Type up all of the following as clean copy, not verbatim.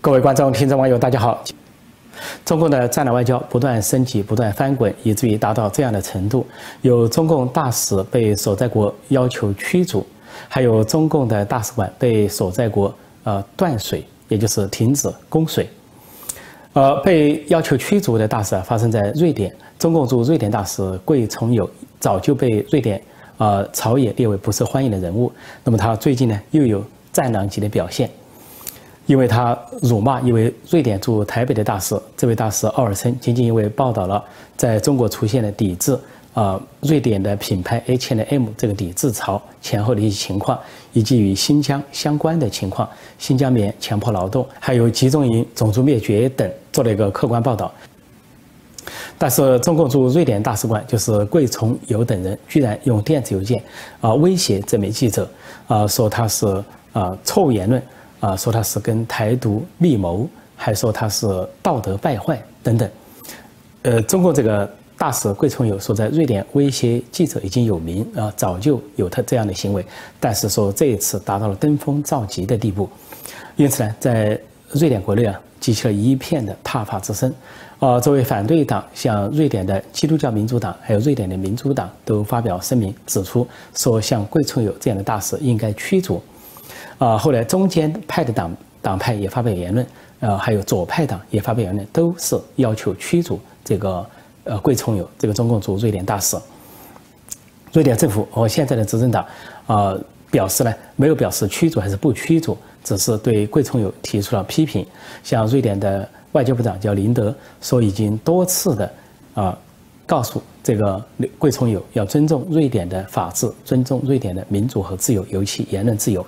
各位观众、听众、网友，大家好。中共的战狼外交不断升级、不断翻滚，以至于达到这样的程度：有中共大使被所在国要求驱逐，还有中共的大使馆被所在国断水，也就是停止供水。被要求驱逐的大使发生在瑞典，中共驻瑞典大使桂从友早就被瑞典朝野列为不受欢迎的人物。那么他最近呢又有战狼级的表现。 因为他辱骂一位瑞典驻台北的大使，这位大使奥尔森仅仅因为报道了在中国出现的抵制瑞典的品牌 H&M 这个抵制潮前后的一些情况，以及与新疆相关的情况，新疆棉强迫劳动，还有集中营种族灭绝等，做了一个客观报道。但是中共驻瑞典大使馆就是桂从友等人，居然用电子邮件威胁这名记者，说他是错误言论。 说他是跟台独密谋，还说他是道德败坏等等。中共这个大使桂从友说在瑞典威胁记者已经有名早就有他这样的行为，但是说这一次达到了登峰造极的地步，因此呢，在瑞典国内激起了一片的挞伐之声。作为反对党，像瑞典的基督教民主党还有瑞典的民主党都发表声明，指出说像桂从友这样的大使应该驱逐。 后来中间派的党派也发表言论，还有左派党也发表言论，都是要求驱逐这个桂从友这个中共驻瑞典大使。瑞典政府和现在的执政党表示呢，没有表示驱逐还是不驱逐，只是对桂从友提出了批评。像瑞典的外交部长叫林德说，已经多次的告诉这个桂从友要尊重瑞典的法治，尊重瑞典的民主和自由，尤其言论自由。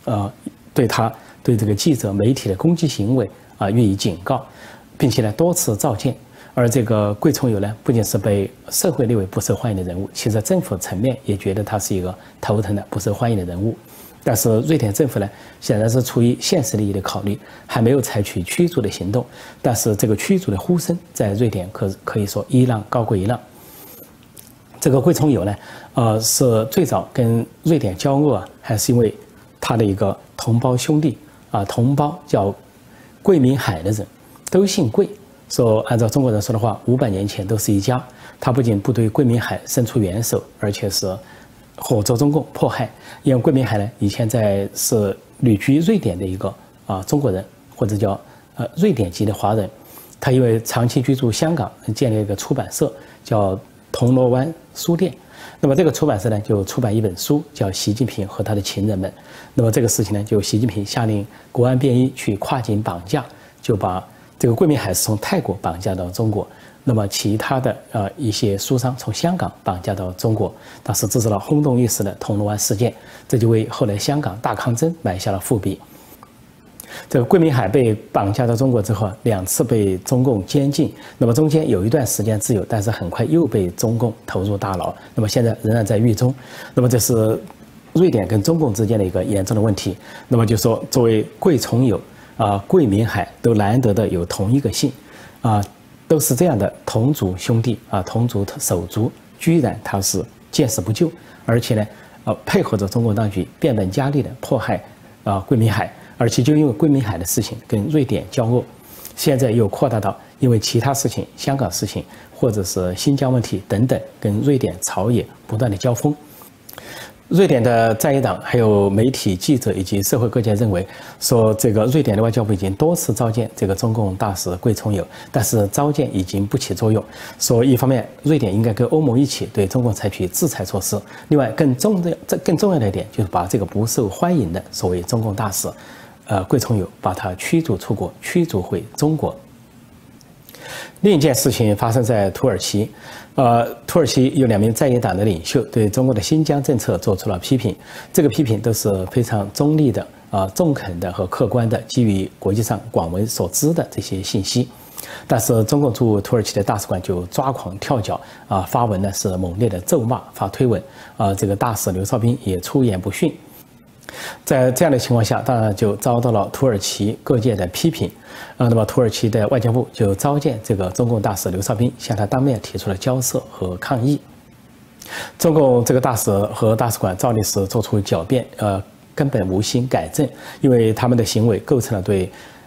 对这个记者、媒体的攻击行为予以警告，并且呢多次召见。而这个桂从友呢，不仅是被社会列为不受欢迎的人物，其实政府层面也觉得他是一个头疼的、不受欢迎的人物。但是瑞典政府呢，显然是出于现实利益的考虑，还没有采取驱逐的行动。但是这个驱逐的呼声在瑞典可以说一浪高过一浪。这个桂从友呢，是最早跟瑞典交恶还是因为 他的一个同胞兄弟同胞叫桂明海的人，都姓桂。说按照中国人说的话，500年前都是一家。他不仅不对桂明海伸出援手，而且是火着中共迫害。因为桂明海呢，以前是旅居瑞典的一个中国人，或者叫瑞典籍的华人。他因为长期居住香港，建立了一个出版社，叫铜锣湾书店。 那么这个出版社呢，就出版一本书，叫《习近平和他的情人们》。那么这个事情呢，就习近平下令国安便衣去跨境绑架，就把这个桂明海是从泰国绑架到中国，那么其他的一些书商从香港绑架到中国，当时制造了轰动一时的铜锣湾事件，这就为后来香港大抗争埋下了伏笔。 这个桂明海被绑架到中国之后，2次被中共监禁，那么中间有一段时间自由，但是很快又被中共投入大牢，那么现在仍然在狱中。那么这是瑞典跟中共之间的一个严重的问题。那么就说，作为桂从友桂明海都难得的有同一个姓都是这样的同族兄弟同族手足，居然他是见死不救，而且呢配合着中国当局变本加厉的迫害桂明海。 而且就因为桂明海的事情跟瑞典交恶，现在又扩大到因为其他事情、香港事情或者是新疆问题等等，跟瑞典朝野不断的交锋。瑞典的在野党、还有媒体记者以及社会各界认为，说这个瑞典的外交部已经多次召见这个中共大使桂从友，但是召见已经不起作用。说一方面，瑞典应该跟欧盟一起对中共采取制裁措施；另外，更重要的一点就是把这个不受欢迎的所谓中共大使。 桂从友把他驱逐出国，驱逐回中国。另一件事情发生在土耳其，土耳其有2名在野党的领袖对中国的新疆政策做出了批评，这个批评都是非常中立的、中肯的和客观的，基于国际上广为所知的这些信息。但是中共驻土耳其的大使馆就抓狂跳脚发文呢是猛烈的咒骂，发推文，这个大使刘少斌也出言不逊。 在这样的情况下，当然就遭到了土耳其各界的批评。那么土耳其的外交部就召见这个中共大使刘少斌，向他当面提出了交涉和抗议。中共这个大使和大使馆照例是做出狡辩，根本无心改正，因为他们的行为构成了对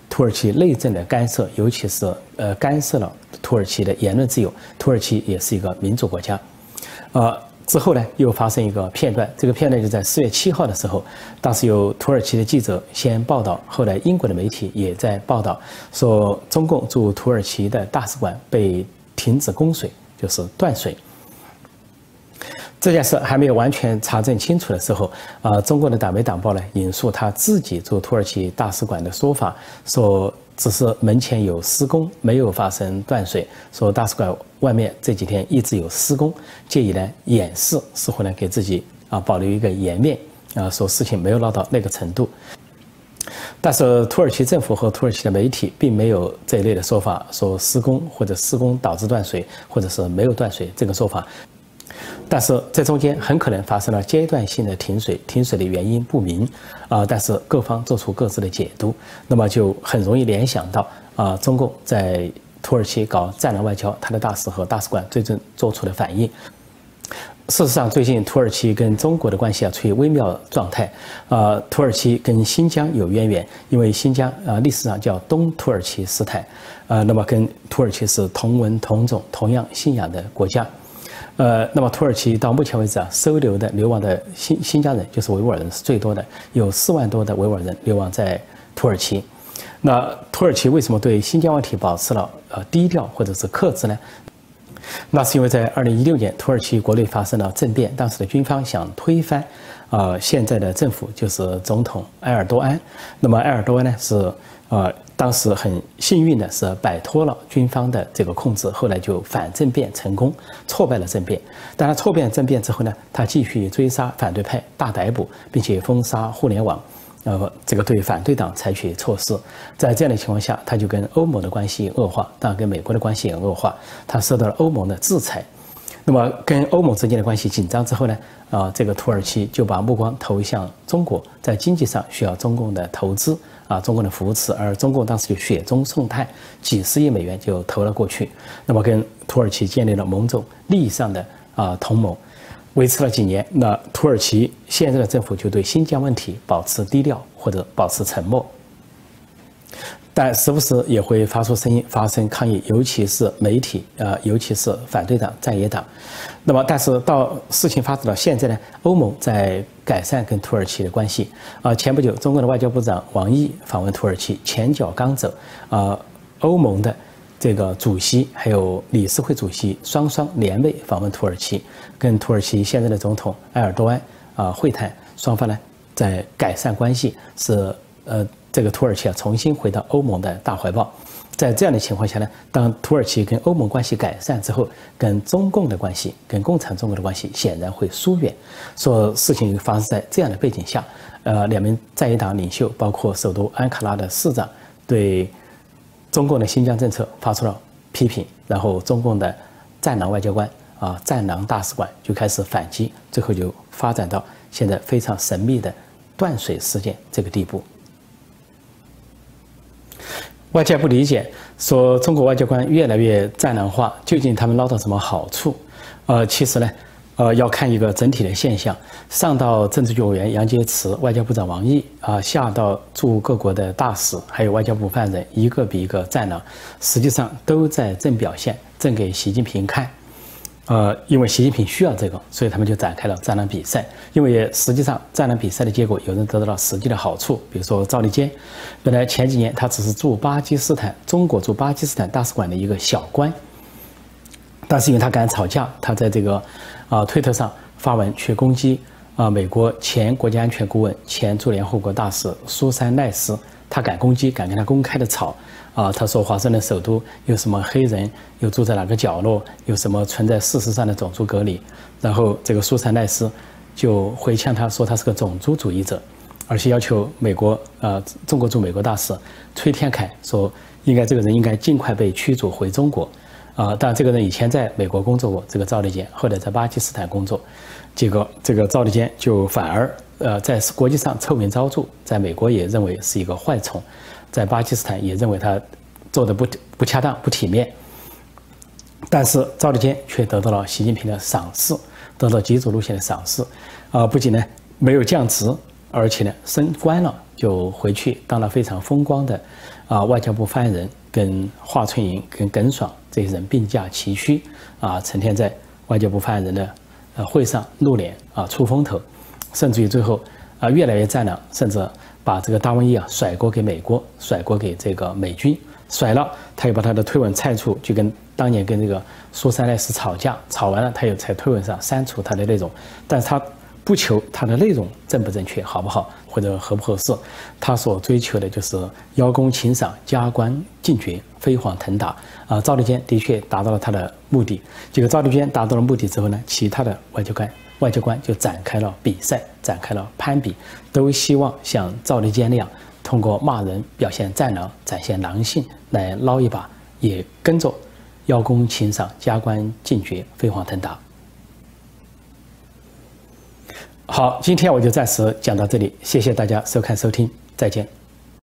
土耳其内政的干涉，尤其是干涉了土耳其的言论自由。土耳其也是一个民主国家，之后呢，又发生一个片段，这个片段就在4月7号的时候，当时有土耳其的记者先报道，后来英国的媒体也在报道，说中共驻土耳其的大使馆被停止供水，就是断水。这件事还没有完全查证清楚的时候，中国的党媒党报呢引述他自己驻土耳其大使馆的说法，说只是门前有施工，没有发生断水。说大使馆外面这几天一直有施工，借以呢掩饰，似乎呢给自己保留一个颜面，说事情没有闹到那个程度。但是土耳其政府和土耳其的媒体并没有这一类的说法，说施工或者施工导致断水，或者是没有断水这个说法。但是这中间很可能发生了阶段性的停水，停水的原因不明，但是各方做出各自的解读，那么就很容易联想到中共在土耳其搞战狼外交，他的大使和大使馆最终做出的反应。事实上，最近土耳其跟中国的关系处于微妙状态。土耳其跟新疆有渊源，因为新疆历史上叫东土耳其斯坦，那么跟土耳其是同文同种、同样信仰的国家。那么土耳其到目前为止收留的流亡的新疆人，就是维吾尔人是最多的，有4万多的维吾尔人流亡在土耳其。那土耳其为什么对新疆问题保持了低调或者是克制呢？那是因为在2016年，土耳其国内发生了政变，当时的军方想推翻现在的政府，就是总统埃尔多安。那么埃尔多安呢是当时很幸运的是摆脱了军方的这个控制，后来就反政变成功，挫败了政变。当然，挫败政变之后呢，他继续追杀反对派，大逮捕，并且封杀互联网，这个对反对党采取措施。在这样的情况下，他就跟欧盟的关系恶化，当然跟美国的关系也恶化，他受到了欧盟的制裁。那么跟欧盟之间的关系紧张之后呢，这个土耳其就把目光投向中国，在经济上需要中共的投资中共的扶持，而中共当时就雪中送炭，几十亿美元就投了过去，那么跟土耳其建立了某种利益上的同盟，维持了几年。那土耳其现在的政府就对新疆问题保持低调或者保持沉默。但时不时也会发出声音，发生抗议，尤其是媒体，尤其是反对党、在野党。那么，但是到事情发展到现在呢，欧盟在改善跟土耳其的关系。前不久，中国的外交部长王毅访问土耳其，前脚刚走，欧盟的这个主席还有理事会主席双联袂访问土耳其，跟土耳其现在的总统埃尔多安会谈，双方呢在改善关系，是这个土耳其重新回到欧盟的大怀抱。在这样的情况下呢，当土耳其跟欧盟关系改善之后，跟中共的关系、跟共产中国的关系显然会疏远。说事情发生在这样的背景下，两名在野党领袖，包括首都安卡拉的市长，对中共的新疆政策发出了批评，然后中共的战狼外交官战狼大使馆就开始反击，最后就发展到现在非常神秘的断水事件这个地步。外界不理解，说中国外交官越来越战狼化，究竟他们捞到什么好处？其实呢，要看一个整体的现象。上到政治局委员杨洁篪、外交部长王毅下到驻各国的大使，还有外交部发言人，一个比一个战狼，实际上都在正表现，正给习近平看。因为习近平需要这个，所以他们就展开了战狼比赛。因为实际上战狼比赛的结果，有人得到了实际的好处，比如说赵立坚，本来前几年他只是驻巴基斯坦中国驻巴基斯坦大使馆的一个小官，但是因为他敢吵架，他在这个推特上发文去攻击美国前国家安全顾问、前驻联合国大使苏珊奈斯，他敢攻击，敢跟他公开的吵。他说华盛顿首都有什么黑人，又住在哪个角落，有什么存在事实上的种族隔离，然后这个苏珊奈斯就回呛他说他是个种族主义者，而且要求美国中国驻美国大使崔天凯说这个人应该尽快被驱逐回中国。当然这个人以前在美国工作过，这个赵立坚后来在巴基斯坦工作，结果这个赵立坚就反而在国际上臭名昭著，在美国也认为是一个坏虫，在巴基斯坦也认为他做的不恰当、不体面。但是赵立坚却得到了习近平的赏识，得到极左路线的赏识，不仅呢没有降职， 而且呢升官了，就回去当了非常风光的外交部发言人，跟华春莹、跟耿爽这些人并驾齐驱成天在外交部发言人的会上露脸出风头，甚至于最后越来越战狼，甚至把这个大瘟疫甩锅给美国，甩锅给这个美军，甩了他又把他的推文拆除，就跟当年跟这个苏珊赖斯吵架，吵完了他又在推文上删除他的内容，但是他不求他的内容正不正确、好不好或者合不合适，他所追求的就是邀功请赏、加官进爵、飞黄腾达赵立坚的确达到了他的目的。结果赵立坚达到了目的之后呢，其他的外交官就展开了比赛，展开了攀比，都希望像赵立坚那样，通过骂人表现战狼、展现狼性来捞一把，也跟着邀功请赏、加官进爵、飞黄腾达。好，今天我就暂时讲到这里，谢谢大家收看收听，再见。